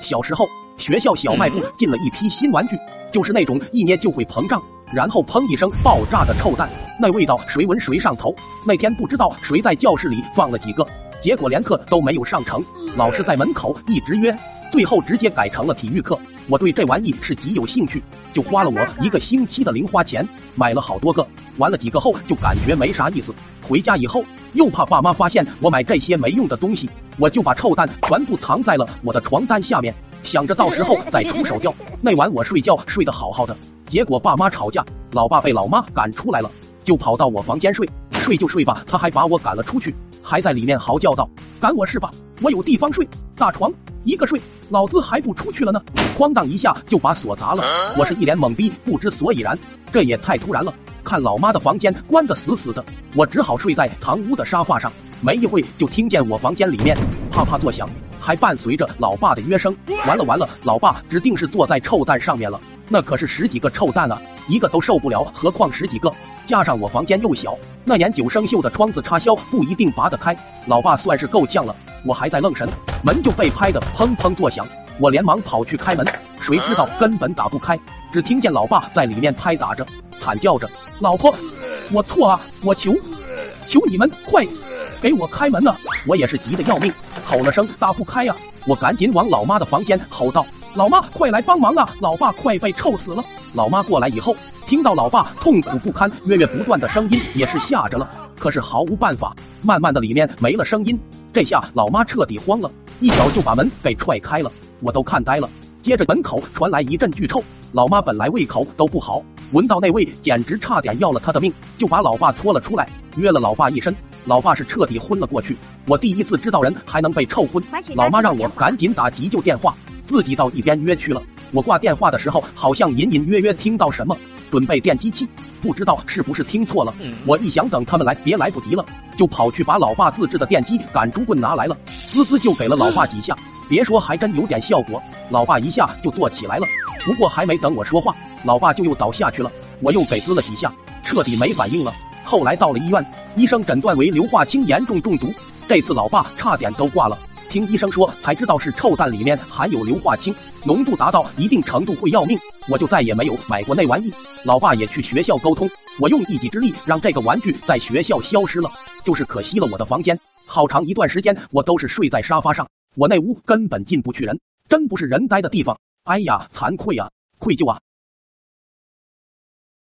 小时候，学校小卖部进了一批新玩具，就是那种一捏就会膨胀，然后砰一声爆炸的臭蛋，那味道谁闻谁上头。那天不知道谁在教室里放了几个，结果连课都没有上成，老师在门口一直约，最后直接改成了体育课。我对这玩意是极有兴趣，就花了我1个星期的零花钱买了好多个，玩了几个后就感觉没啥意思。回家以后又怕爸妈发现我买这些没用的东西，我就把臭蛋全部藏在了我的床单下面，想着到时候再出手掉。那晚我睡觉睡得好好的，结果爸妈吵架，老爸被老妈赶出来了，就跑到我房间睡就睡吧，他还把我赶了出去，还在里面嚎叫道：赶我是吧？我有地方睡，大床一个睡，老子还不出去了呢！哐当一下就把锁砸了，我是一脸懵逼，不知所以然，这也太突然了。看老妈的房间关得死死的，我只好睡在堂屋的沙发上。没一会就听见我房间里面啪啪作响，还伴随着老爸的约声。完了，老爸指定是坐在臭蛋上面了，那可是10几个臭蛋啊，一个都受不了，何况10几个，加上我房间又小，那年久生锈的窗子插销不一定拔得开，老爸算是够呛了。我还在愣神，门就被拍得砰砰作响，我连忙跑去开门，谁知道根本打不开，只听见老爸在里面拍打着，惨叫着：老婆，我错啊，我求你们快给我开门啊！我也是急得要命，吼了声打不开啊，我赶紧往老妈的房间吼道：老妈快来帮忙啊，老爸快被臭死了。老妈过来以后，听到老爸痛苦不堪跃不断的声音，也是吓着了，可是毫无办法，慢慢的里面没了声音，这下老妈彻底慌了，一脚就把门给踹开了，我都看呆了。接着门口传来一阵巨臭，老妈本来胃口都不好，闻到那味简直差点要了她的命，就把老爸拖了出来，约了老爸一身。老爸是彻底昏了过去，我第一次知道人还能被臭昏。老妈让我赶紧打急救电话，自己到一边约去了。我挂电话的时候好像隐隐约约听到什么准备电机器，不知道是不是听错了。我一想等他们来别来不及了，就跑去把老爸自制的电击赶竹棍拿来了，滋滋就给了老爸几下，别说还真有点效果，老爸一下就坐起来了。不过还没等我说话，老爸就又倒下去了，我又给滋了几下，彻底没反应了。后来到了医院，医生诊断为硫化氢严重中毒，这次老爸差点都挂了。听医生说才知道是臭蛋里面含有硫化氢，浓度达到一定程度会要命，我就再也没有买过那玩意。老爸也去学校沟通，我用一己之力让这个玩具在学校消失了，就是可惜了我的房间，好长一段时间我都是睡在沙发上，我那屋根本进不去人，真不是人待的地方。哎呀，惭愧啊，愧疚啊。